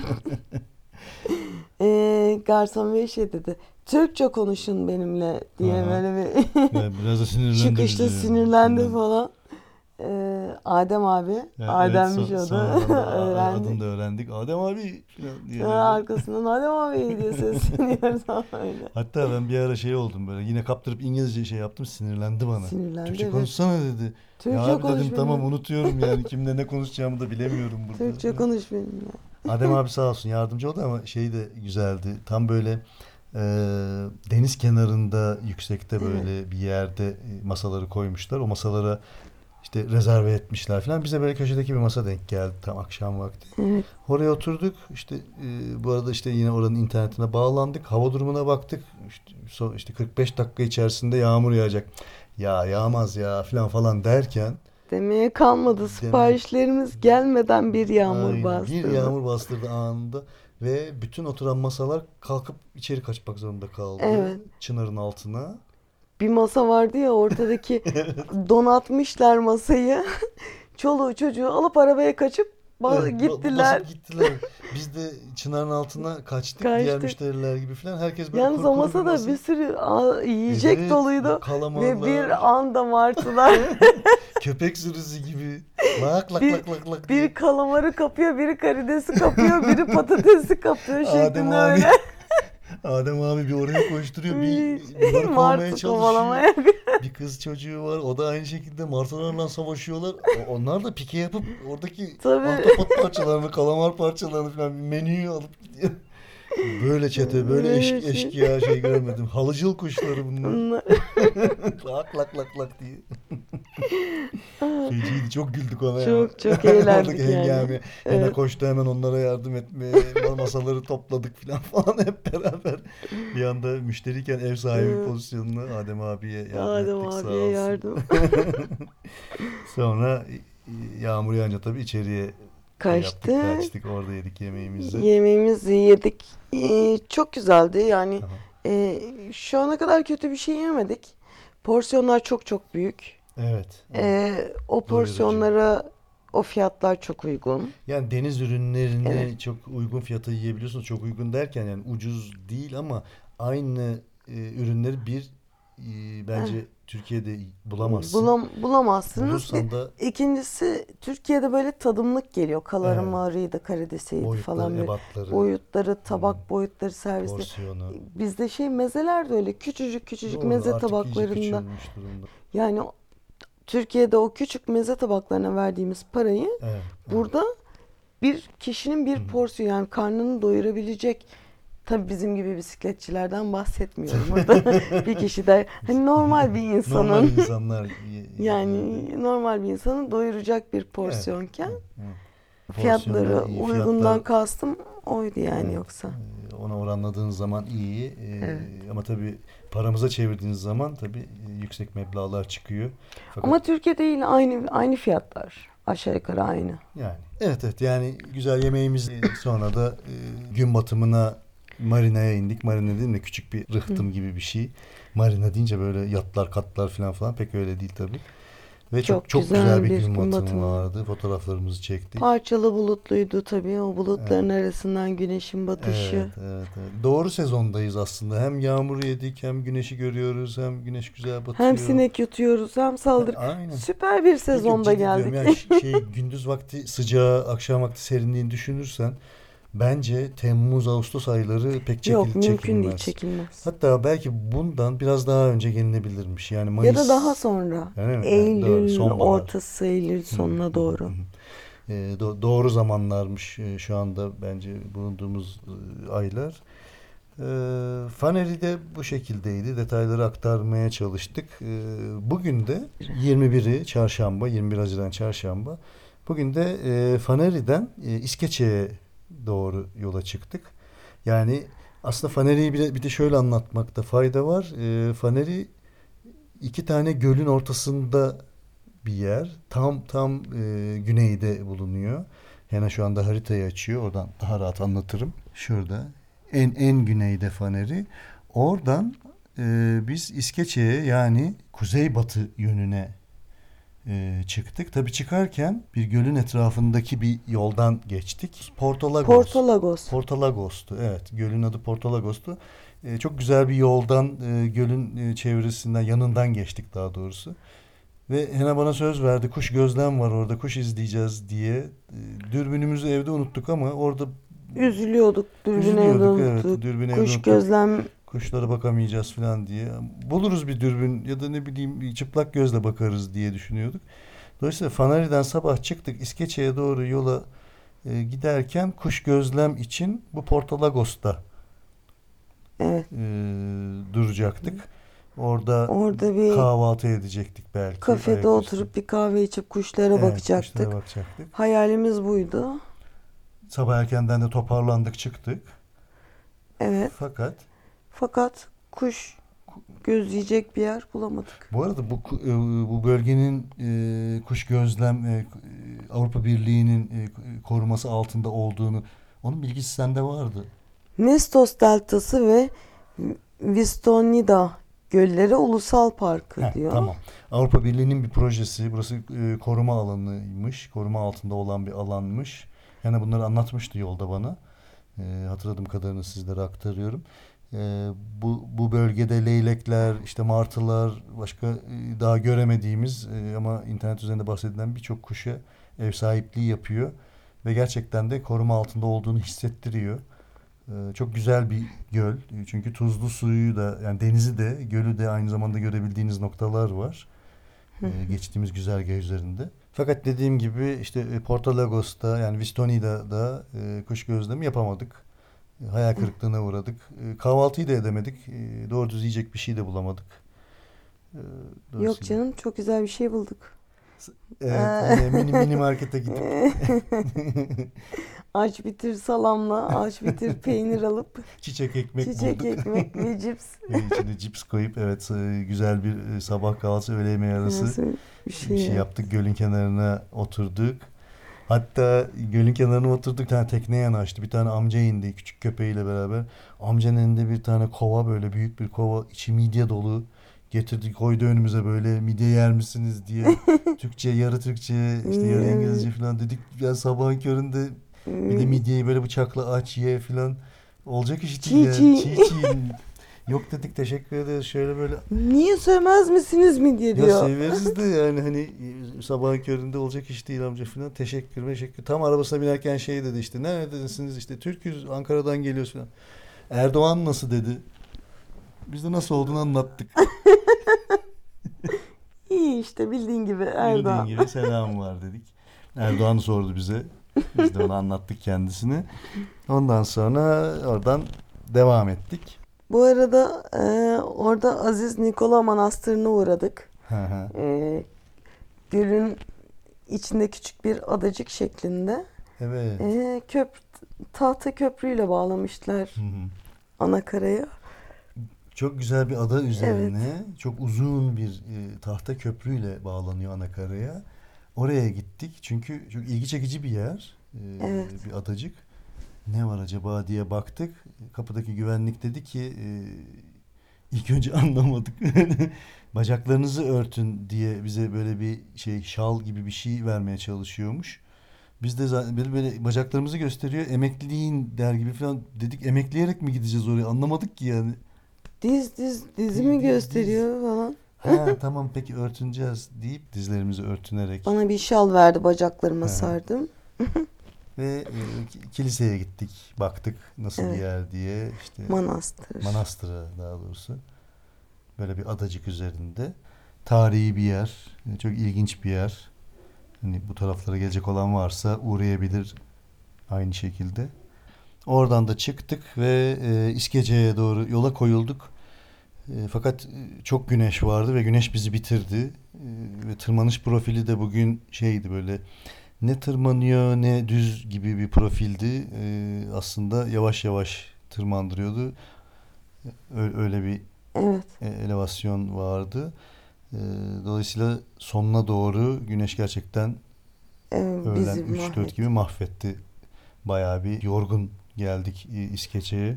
ee, garson bey şey dedi. Türkçe konuşun benimle diye Aha. böyle bir Evet, biraz da sinirlendi çıkışta bizi. sinirlendi Sinirlendi. falan. Ee, Adem abi. Ya, evet Ademmiş so- o da. sonradan da a- adını Öğrendik. da öğrendik. Adem abi falan diye Sonra böyle. arkasından Adem abi diye sesleniyoruz ama öyle. Hatta ben bir ara şey oldum böyle yine kaptırıp İngilizce şey yaptım sinirlendi bana. Sinirlendi, Türkçe evet. konuşsana dedi. Ya Türkçe abi konuş dedim tamam benimle. unutuyorum yani kimle ne konuşacağımı da bilemiyorum burada. Türkçe konuş benimle. Adem abi sağ olsun yardımcı oldu ama şey de güzeldi. Tam böyle e, deniz kenarında yüksekte Evet. böyle bir yerde e, masaları koymuşlar. O masalara işte rezerve etmişler falan. Bize böyle köşedeki bir masa denk geldi tam akşam vakti. Evet. Oraya oturduk. İşte e, bu arada işte yine oranın internetine bağlandık. Hava durumuna baktık. İşte, so, işte kırk beş dakika içerisinde yağmur yağacak. Ya yağmaz ya falan falan derken Demeye kalmadı. demek Siparişlerimiz gelmeden bir yağmur aynen bir bastırdı. yağmur bastırdı anında ve bütün oturan masalar kalkıp içeri kaçmak zorunda kaldı. Evet. Çınarın altına. Bir masa vardı ya ortadaki, donatmışlar masayı. Çoluğu çocuğu alıp arabaya kaçıp Ba- Evet, ba- gittiler. basıp gittiler. Biz de çınarın altına kaçtık, diğer Kaçtık. müşteriler gibi falan. Herkes böyle Yalnız kuru o kuru bir masada masa. bir sürü a- yiyecek Evet, doluydu ve bir kalamarlar, anda martılar köpek sürüsü gibi lak lak bir lak lak lak biri diye. kalamarı kapıyor, biri karidesi kapıyor, biri patatesi kapıyor Adem şeklinde abi, öyle. Adem abi bir oraya koşturuyor, bir bunları kovmaya Martı çalışıyor. kovalamaya. Bir kız çocuğu var, o da aynı şekilde martılarla savaşıyorlar. O- Onlar da pike yapıp oradaki Tabii. ahtapot parçalarını, kalamar parçalarını falan menüyü alıp gidiyor. Böyle çete, böyle Böyle eş, şey. eşkıya şey görmedim. Halıcıl kuşları bunlar. Bunlar- Lak lak lak lak diye. Feciydi. Çok güldük ona ya. Çok çok Oradaki eğlendik yani. hengame. Hena Evet. koştu hemen onlara yardım etmeye. Masaları topladık falan falan hep beraber. Bir anda müşteriyken ev sahibi Evet. pozisyonuna Adem abiye yardım Adem ettik, sağ abiye olsun. yardım. Sonra yağmur yağınca tabii içeriye şey yaptık, Kaçtı. kaçtık. Orada yedik yemeğimizi. Yemeğimizi yedik. Ee, çok güzeldi. Yani Aha. e, şu ana kadar kötü bir şey yemedik. Porsiyonlar çok çok büyük. Evet. Evet. Ee, o Doyurucu. porsiyonlara o fiyatlar çok uygun. Yani deniz ürünlerini Evet. çok uygun fiyata yiyebiliyorsunuz. Çok uygun derken yani ucuz değil ama aynı e, ürünleri bir e, Eh, bence Türkiye'de bulamazsın. bulam bulamazsınız. Bir, Bulursan da ikincisi Türkiye'de böyle tadımlık geliyor. evet, Kalamarıydı, karidesiydi boyutları, falan böyle. ebatları, Boyutları, hmm, tabak boyutları, servisleri. porsiyonu. Bizde şey mezeler de öyle küçücük küçücük Doğru, meze artık iyice tabaklarında. küçülmüş durumda. Yani Türkiye'de o küçük meze tabaklarına verdiğimiz parayı Evet, evet. burada bir kişinin Hı bir hı. porsiyon yani karnını doyurabilecek. Tabii bizim gibi bisikletçilerden bahsetmiyorum burada. Bir kişi de hani normal bir Normal insanın insanlar y- yani y- normal bir insanı doyuracak bir evet, porsiyonken evet, evet. fiyatları Porsiyonlar iyi, fiyatlar uygundan kastım oydu yani evet, yoksa. e, ona oranladığın zaman iyi. Evet. E, ama tabii paramıza çevirdiğiniz zaman tabii e, yüksek meblağlar çıkıyor. Fakat Ama Türkiye'de yine aynı aynı fiyatlar. Aşağı yukarı aynı. yani evet evet yani güzel yemeğimiz e, sonra da e, gün batımına marinaya indik. Marina değil de küçük bir Hı. rıhtım gibi bir şey. Marina deyince böyle yatlar katlar falan falan pek öyle değil tabii. Ve çok Çok çok güzel güzel bir bir gün gün batımı batımı. vardı. Fotoğraflarımızı çektik. Parçalı bulutluydu tabii. O Evet. bulutların arasından güneşin batışı. Evet, evet, evet. Doğru sezondayız aslında. Hem yağmur yedik, hem güneşi görüyoruz, hem güneş güzel Hem batıyor. sinek yutuyoruz hem Ha, saldırı. aynen. Süper bir Yok yok sezonda ciddi diyorum. geldik. Yani ş- şey gündüz vakti sıcağı, akşam vakti serinliğini düşünürsen bence Temmuz, Ağustos ayları pek Yok, çekil mümkün değil, çekilmez. çekilmez. Hatta belki bundan biraz daha önce gelinebilirmiş. Yani Ya da daha Mayıs, sonra. yani mi? Yani doğru, Eylül sonbahar. ortası, Eylül Hı hı, sonuna hı hı, doğru. hı. E, do- doğru zamanlarmış e, şu anda bence bulunduğumuz e, aylar. E, Faneri de bu şekildeydi. Detayları aktarmaya çalıştık. E, bugün de yirmi biri çarşamba, yirmi bir Haziran çarşamba. Bugün de e, Faneri'den e, İskeçe'ye doğru yola çıktık. Yani aslında Faneri'yi bir de, bir de şöyle anlatmakta fayda var. E, Faneri iki tane gölün ortasında bir yer. Tam tam e, güneyde bulunuyor. Hena şu anda haritayı açıyor. Oradan daha rahat anlatırım. Şurada en en güneyde Faneri. Oradan e, biz İskeçe'ye yani kuzeybatı yönüne e, çıktık. Tabii çıkarken bir gölün etrafındaki bir yoldan geçtik. Porto Lagos. Porto Lagos. Porto Lagos'tu. Evet, gölün adı Porto Lagos'tu. E, çok güzel bir yoldan e, gölün e, çevresinden yanından geçtik daha doğrusu. Ve Hena bana söz verdi. Kuş gözlem var orada. Kuş izleyeceğiz diye. E, Dürbünümüzü evde unuttuk ama orada Üzülüyorduk. Dürbünü evde üzülüyorduk. Evet, unuttuk. dürbünü evde Kuş unuttuk. gözlem Kuşlara bakamayacağız falan diye. Buluruz bir dürbün ya da ne bileyim bir çıplak gözle bakarız diye düşünüyorduk. Dolayısıyla Fanari'den sabah çıktık. İskeçe'ye doğru yola e, giderken kuş gözlem için bu Porto Lagos'ta evet. e, duracaktık. Orada Orada bir kahvaltı edecektik belki. kafede Ayaküstü. oturup bir kahve içip kuşlara Evet, bakacaktık. kuşlara bakacaktık. Hayalimiz buydu. Sabah erkenden de toparlandık çıktık. Evet. Fakat Fakat kuş gözleyecek bir yer bulamadık. bu arada bu ku- e, bu bölgenin e, kuş gözlem e, Avrupa Birliği'nin e, koruması altında olduğunu onun bilgisi sende vardı. Nestos Deltası ve Vistonida Gölleri Ulusal Parkı Heh, diyor. tamam. Avrupa Birliği'nin bir projesi. Burası e, koruma alanıymış. Koruma altında olan bir alanmış. Yani bunları anlatmıştı yolda bana. E, hatırladığım kadarını sizlere aktarıyorum. E, bu bu bölgede leylekler, işte martılar, başka e, daha göremediğimiz e, ama internet üzerinde bahsedilen birçok kuşa ev sahipliği yapıyor ve gerçekten de koruma altında olduğunu hissettiriyor. E, çok güzel bir göl. Çünkü tuzlu suyu da, yani denizi de, gölü de aynı zamanda görebildiğiniz noktalar var. E, geçtiğimiz güzergah üzerinde. Fakat dediğim gibi işte e, Porto Lagos'ta, yani Vistony'da da e, kuş gözlemi yapamadık. E, hayal kırıklığına uğradık. E, kahvaltıyı da edemedik. E, doğru düz yiyecek bir şey de bulamadık. E, Yok dolayısıyla. canım, çok güzel bir şey bulduk. Evet, yine mini mini markete gidip Aç bitir salamla, aç bitir peynir alıp çiçek ekmek çiçek bulduk. ekmek ve cips. Ve içine cips koyup, evet, e, güzel bir e, sabah kahvaltısı, öğle yemeği arası Nasıl bir bir şey şey ya. yaptık. Gölün kenarına oturduk. Hatta gölün kenarına oturduk. Bir tane tekne yanaştı. Bir tane amca indi küçük köpeğiyle beraber. Amcanın elinde bir tane kova, böyle büyük bir kova, içi midye dolu. Getirdi koydu önümüze, böyle midye yer misiniz diye. Türkçe, yarı Türkçe, işte yarı İngilizce falan dedik. Ya sabahın köründe bir de midyeyi böyle bıçakla aç ye falan. Olacak iş değil Çiğ yani. çiğ. Çiğ çiğ. Yok dedik, teşekkür ederiz. Şöyle böyle, Niye sövmez misiniz mi diye ya diyor. severiz de yani hani e, sabahın köründe olacak iş değil amca falan. Teşekkür teşekkür. Tam arabasına binerken şey dedi, işte neredesiniz, işte Türk'üz, Ankara'dan geliyoruz falan. Erdoğan nasıl dedi. Biz de nasıl olduğunu anlattık. İyi işte, bildiğin gibi Bildiğin Erdoğan. gibi selam var dedik. Erdoğan sordu bize. Biz de ona anlattık kendisini. Ondan sonra oradan devam ettik. Bu arada e, orada Aziz Nikola Manastırı'na uğradık. Hı hı. E, gölün içinde küçük bir adacık şeklinde. Evet. E, köp tahta köprüyle bağlamışlar Hı hı. anakaraya. Çok güzel bir ada üzerine çok uzun bir e, tahta köprüyle bağlanıyor anakaraya. Oraya gittik çünkü çok ilgi çekici bir yer, e, Evet. bir adacık. Ne var acaba diye baktık. Kapıdaki güvenlik dedi ki e, ilk önce anlamadık. Bacaklarınızı örtün diye bize böyle bir şey, şal gibi bir şey vermeye çalışıyormuş. Biz de zaten böyle, böyle bacaklarımızı gösteriyor. Emekliyin der gibi falan dedik. Emekleyerek mi gideceğiz oraya? Anlamadık ki yani. Diz diz dizimi Diz, diz, diz. gösteriyor falan. Ha tamam peki örtüneceğiz deyip dizlerimizi örtünerek Bana bir şal verdi, bacaklarıma Hı hı. sardım. ve e, ki- kiliseye gittik. Baktık nasıl bir Evet. yer diye, işte Manastır. manastıra daha doğrusu. Böyle bir adacık üzerinde. Tarihi bir yer. e, Çok ilginç bir yer. Hani bu taraflara gelecek olan varsa uğrayabilir aynı şekilde. Oradan da çıktık ve e, İskece'ye doğru yola koyulduk. E, fakat e, çok güneş vardı ve güneş bizi bitirdi. E, ve tırmanış profili de bugün şeydi, böyle ne tırmanıyor ne düz gibi bir profildi. E, aslında yavaş yavaş tırmandırıyordu. Ö- öyle bir Evet. e, elevasyon vardı. E, dolayısıyla sonuna doğru güneş gerçekten Ee, öğlen bizi üç dört mahvetti. gibi mahvetti. Bayağı bir yorgun geldik e, İskeçe'ye.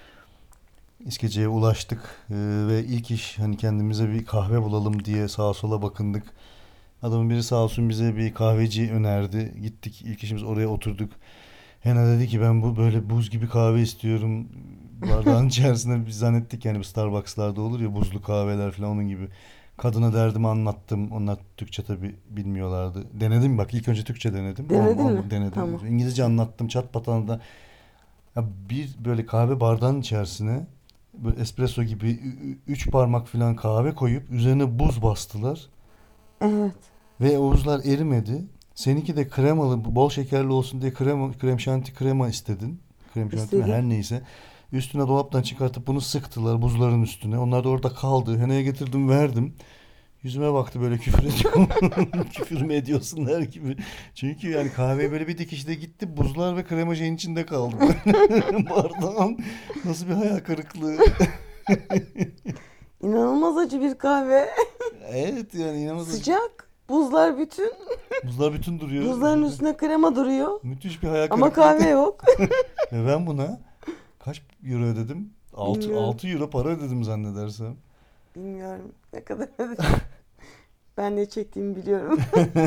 İskece'ye ulaştık e, ve ilk iş, hani kendimize bir kahve bulalım diye sağa sola bakındık. Adamın biri sağ olsun bize bir kahveci önerdi. Gittik, ilk işimiz oraya oturduk. Hena dedi ki ben bu böyle buz gibi kahve istiyorum. Bardağın içerisinde biz zannettik yani bu Starbucks'larda olur ya buzlu kahveler falan, onun gibi. Kadına derdimi anlattım. Onlar Türkçe tabii bilmiyorlardı. Denedim, bak ilk önce Türkçe denedim. Denedin Ol, mi? ol, denedim. Tamam. İngilizce anlattım çat patağında. Ya bir böyle kahve bardağının içerisine böyle espresso gibi ü- ü- üç parmak falan kahve koyup üzerine buz bastılar Evet. ve o buzlar erimedi. Seninki de kremalı, bol şekerli olsun diye krema, krem şanti krema istedin. Krem şanti mi İstedim. her neyse. Üstüne dolaptan çıkartıp bunu sıktılar buzların üstüne. Onlar da orada kaldı. Heneye getirdim, verdim. Yüzüme baktı, böyle küfür ediyorum. Küfür mü ediyorsun der gibi. Çünkü yani kahve böyle bir dikişte gitti. Buzlar ve krema şeyin içinde kaldı. Bardağım. Nasıl bir hayal kırıklığı. İnanılmaz acı bir kahve. Evet yani inanılmaz. Sıcak. Buzlar bütün. Buzlar bütün duruyor. Buzların üstüne krema duruyor. Müthiş bir hayal Ama kırıklığı. kahve yok. Ve ben buna kaç euro ödedim? altı, Bilmiyorum. altı euro para ödedim zannedersem. Bilmiyorum ne kadar ödedim. Ben ne çektiğimi biliyorum.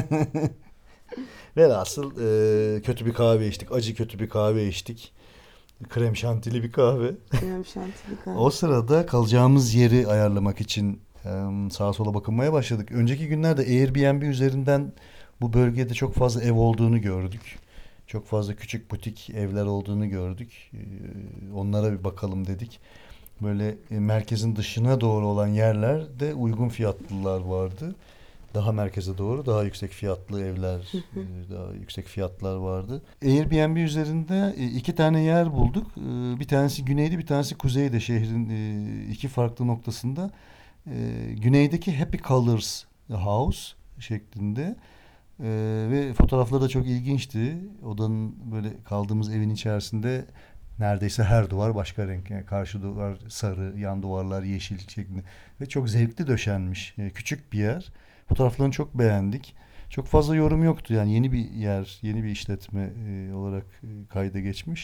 Velhasıl e, kötü bir kahve içtik. Acı kötü bir kahve içtik. Krem şantili bir kahve. Krem şantili kahve. O sırada kalacağımız yeri ayarlamak için e, sağa sola bakınmaya başladık. Önceki günlerde Airbnb üzerinden bu bölgede çok fazla ev olduğunu gördük. Çok fazla küçük butik evler olduğunu gördük. E, onlara bir bakalım dedik. Böyle e, merkezin dışına doğru olan yerlerde uygun fiyatlılar vardı. Daha merkeze doğru daha yüksek fiyatlı evler, e, daha yüksek fiyatlar vardı. Airbnb üzerinde e, iki tane yer bulduk. E, Bir tanesi güneydi, bir tanesi kuzeyde şehrin e, iki farklı noktasında. E, Güneydeki Happy Colors House şeklinde. E, Ve fotoğrafları da çok ilginçti. Odanın böyle kaldığımız evin içerisinde neredeyse her duvar başka renk. Yani karşı duvar sarı, yan duvarlar yeşil şeklinde. Ve çok zevkli döşenmiş. E, küçük bir yer. Fotoğraflarını çok beğendik. Çok fazla yorum yoktu. Yani yeni bir yer, yeni bir işletme e, olarak e, kayda geçmiş.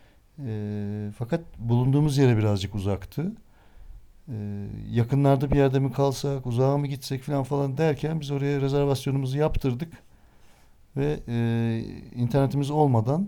E, fakat bulunduğumuz yere birazcık uzaktı. E, Yakınlarda bir yerde mi kalsak, uzağa mı gitsek falan falan derken biz oraya rezervasyonumuzu yaptırdık. Ve e, internetimiz olmadan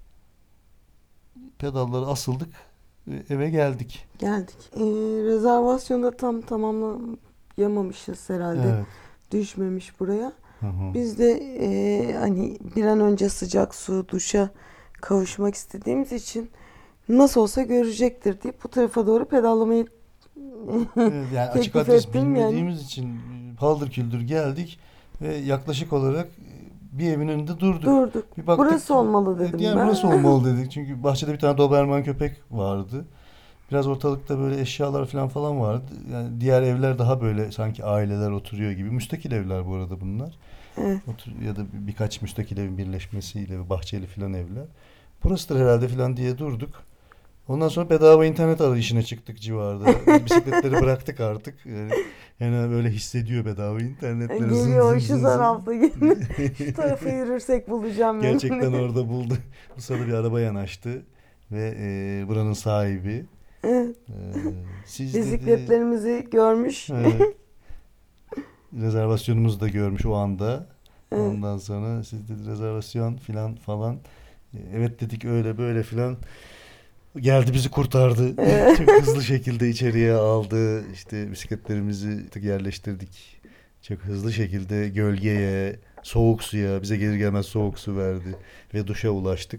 pedallara asıldık ve eve geldik. Geldik. Ee, rezervasyonu tam tamamlayamamışız herhalde. Evet. Düşmemiş buraya. Hı hı. Biz de e, hani bir an önce sıcak su, duşa kavuşmak istediğimiz için nasıl olsa görecektir deyip bu tarafa doğru pedallamayı Evet, yani açık teklif adres ettim yani. bilmediğimiz için e, paldır küldür geldik ve yaklaşık olarak e, bir evin önünde durduk. Durduk. Bir baktık Burası ki, olmalı evet, dedim yani ben. burası olmalı dedik. Çünkü bahçede bir tane Doberman köpek vardı. Biraz ortalıkta böyle eşyalar falan falan vardı. Yani diğer evler daha böyle sanki aileler oturuyor gibi. Müstakil evler bu arada bunlar. Evet. Otur, ya da birkaç müstakil evin birleşmesiyle ve bahçeli falan evler. Burasıdır herhalde falan diye durduk. Ondan sonra bedava internet arayışına çıktık civarda. Biz bisikletleri bıraktık artık. Yani, yani böyle hissediyor bedava internetleri. Zın Geliyor zın şu zın zın. tarafta geliyor. Şu tarafa yürürsek bulacağım ben. Gerçekten orada buldu. Bu sırada bir araba yanaştı. Ve e, buranın sahibi. Evet. E, siz dedi, Bisikletlerimizi görmüş. evet, rezervasyonumuzu da görmüş o anda. Evet. Ondan sonra siz dedi rezervasyon filan falan. E, evet dedik öyle böyle filan. Geldi bizi kurtardı. Evet. Çok hızlı şekilde içeriye aldı. İşte bisikletlerimizi yerleştirdik. Çok hızlı şekilde gölgeye, soğuk suya, bize gelir gelmez soğuk su verdi. Ve duşa ulaştık.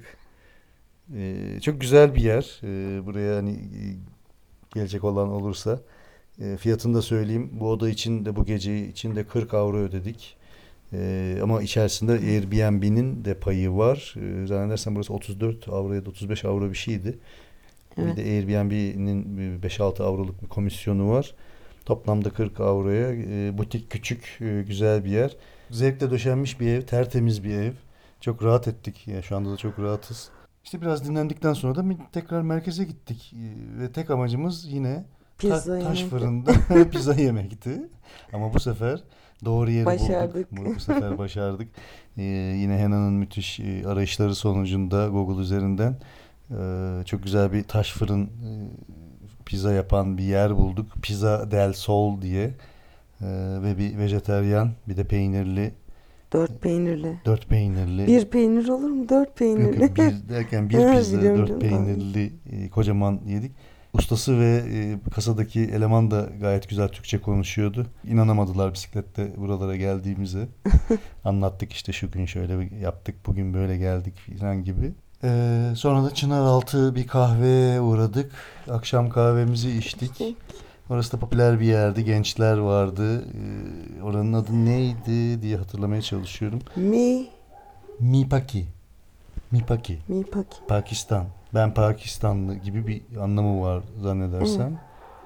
Ee, çok güzel bir yer. Ee, buraya hani e, gelecek olan olursa. E, fiyatını da söyleyeyim. Bu oda için de bu gece için de kırk avro ödedik. Ee, ama içerisinde Airbnb'nin de payı var. Ee, zannedersem burası otuz dört avro ya da otuz beş avro bir şeydi. Evet. Bir de Airbnb'nin beş altı avroluk bir komisyonu var. Toplamda kırk avroya e, butik küçük e, güzel bir yer. Zevkle döşenmiş bir ev, tertemiz bir ev. Çok rahat ettik. Yani şu anda da çok rahatız. İşte biraz dinlendikten sonra da tekrar merkeze gittik. E, ve tek amacımız yine Pizza ta- taş yemekti. fırında pizza yemekti. Ama bu sefer doğru yeri Başardık. bulduk. Bu, bu sefer başardık. E, yine Hena'nın müthiş e, arayışları sonucunda Google üzerinden Ee, çok güzel bir taş fırın e, pizza yapan bir yer bulduk. Pizza del Sol diye. Ee, ve bir vejeteryan bir de peynirli, Dört peynirli. dört peynirli. Bir peynir olur mu? Dört Yok peynirli. yok bir derken bir Ha, pizza biliyorum dört canım. peynirli e, kocaman yedik. Ustası ve e, kasadaki eleman da gayet güzel Türkçe konuşuyordu. İnanamadılar bisiklette buralara geldiğimize. Anlattık işte şu gün şöyle yaptık, bugün böyle geldik falan gibi. Ee, sonra da Çınaraltı bir kahveye uğradık. Akşam kahvemizi içtik. Orası da popüler bir yerdi. Gençler vardı. Ee, oranın adı neydi diye hatırlamaya çalışıyorum. Mi, Mipaki. Mipaki. mi paki. Pakistan. Ben Pakistanlı gibi bir anlamı var zannedersem.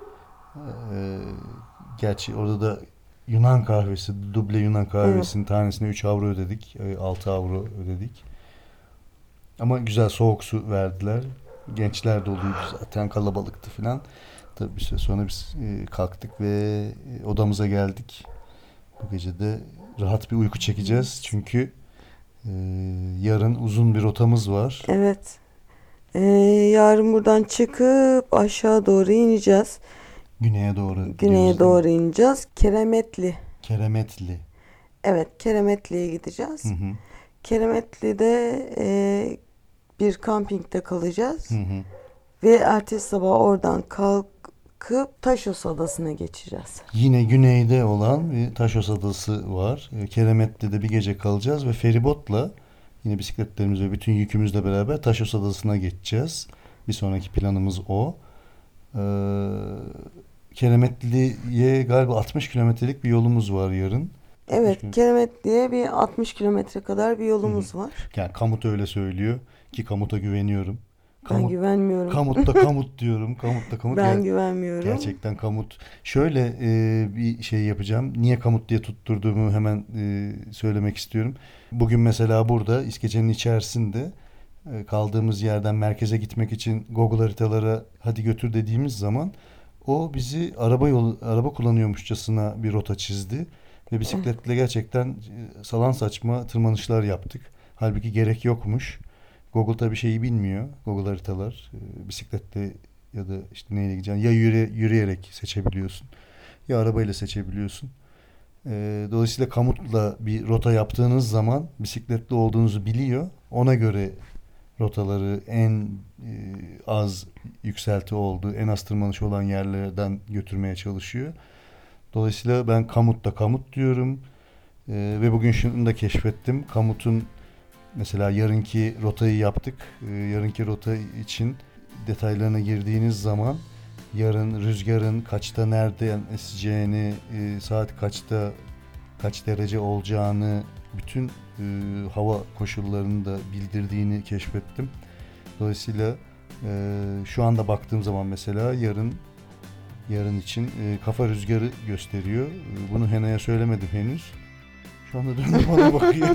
Ee, gerçi orada da Yunan kahvesi, duble Yunan kahvesinin tanesine üç avro ödedik. altı avro ödedik. Ama güzel soğuk su verdiler. Gençler doluydu zaten kalabalıktı filan. Tabii bir süre sonra biz e, kalktık ve e, odamıza geldik. Bu gece de rahat bir uyku çekeceğiz. Çünkü e, yarın uzun bir rotamız var. Evet. Ee, yarın buradan çıkıp aşağı doğru ineceğiz. Güneye doğru Güneye gidiyoruz, değil mi? doğru ineceğiz. Keremetli. Keremetli. Evet, Keremetli'ye gideceğiz. Hı hı. Keremetli'de e, bir kampingde kalacağız. Hı hı. Ve ertesi sabah oradan kalkıp Taşos Adası'na geçeceğiz. Yine güneyde olan bir Taşos Adası var. E, Keremetli'de bir gece kalacağız ve feribotla yine bisikletlerimiz ve bütün yükümüzle beraber Taşos Adası'na geçeceğiz. Bir sonraki planımız o. Ee, Keremetli'ye galiba altmış kilometrelik bir yolumuz var yarın. Evet, altmış Keremetli'ye bir altmış kilometre kadar bir Hı hı. yolumuz var. Yani Kamut öyle söylüyor ki Kamut'a güveniyorum. Ben Kamut, güvenmiyorum. Kamut'ta Kamut diyorum. Kamut'ta Kamut. Ben Ger- güvenmiyorum. gerçekten Kamut. Şöyle e, bir şey yapacağım. Niye Kamut diye tutturduğumu hemen e, söylemek istiyorum. Bugün mesela burada İskece'nin içerisinde e, kaldığımız yerden merkeze gitmek için Google haritalara hadi götür dediğimiz zaman o bizi araba yolu araba kullanıyormuşçasına bir rota çizdi ve bisikletle gerçekten e, salan saçma tırmanışlar yaptık. Halbuki gerek yokmuş. Google tabii şeyi bilmiyor. Google haritalar e, bisikletle ya da işte neyle gideceksin ya yürü, yürüyerek seçebiliyorsun ya arabayla seçebiliyorsun. E, dolayısıyla Kamut'la bir rota yaptığınız zaman bisikletli olduğunuzu biliyor. Ona göre rotaları en e, az yükselti olduğu, en az tırmanış olan yerlerden götürmeye çalışıyor. Dolayısıyla ben Kamut'ta Kamut diyorum. E, ve bugün şunu da keşfettim. Kamut'un mesela yarınki rotayı yaptık. E, yarınki rota için detaylarına girdiğiniz zaman yarın rüzgarın kaçta nereden eseceğini, e, saat kaçta kaç derece olacağını, bütün e, hava koşullarını da bildirdiğini keşfettim. Dolayısıyla e, şu anda baktığım zaman mesela yarın yarın için e, kafa rüzgarı gösteriyor. E, bunu Hena'ya söylemedim henüz. Şu anda dönüp bana bakıyor.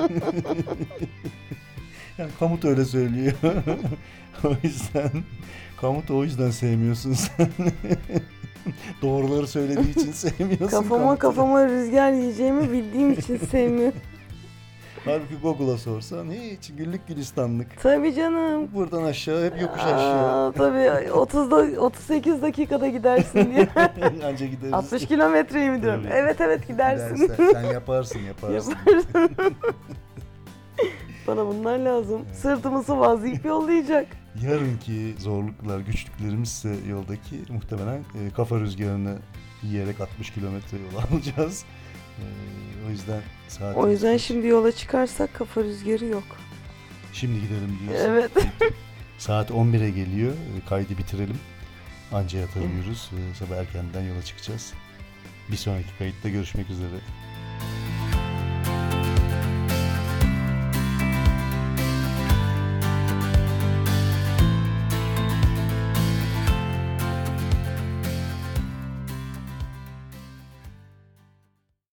Yani Kamut öyle söylüyor. O yüzden Kamut o yüzden sevmiyorsun sen. Doğruları söylediği için sevmiyorsun Kafama Kamut'u. kafama rüzgar yiyeceğimi bildiğim için sevmiyorum. Halbuki Google'a sorsan hiç güllük gülistanlık. Tabii canım. Buradan aşağı hep yokuş aşağı. Aa, tabii otuzda otuz sekiz dakikada gidersin diye. Anca gideriz. altmış kilometreyi mi diyorum? Tabii. Evet evet gidersin. Gidersen, sen yaparsın yaparsın. Yaparsın. Bana bunlar lazım. Evet. Sırtımı sıvazlayıp yollayacak. Yarınki zorluklar, güçlüklerimizse yoldaki muhtemelen e, kafa rüzgarını yiyerek altmış kilometre yol alacağız. E, o yüzden saat O yüzden şimdi yola çıkarsak kafa rüzgarı yok. şimdi gidelim diyorsun. Evet. Saat on bire geliyor. E, kaydı bitirelim. Anca yatabiliyoruz. E, sabah erkenden yola çıkacağız. Bir sonraki kayıtta görüşmek üzere.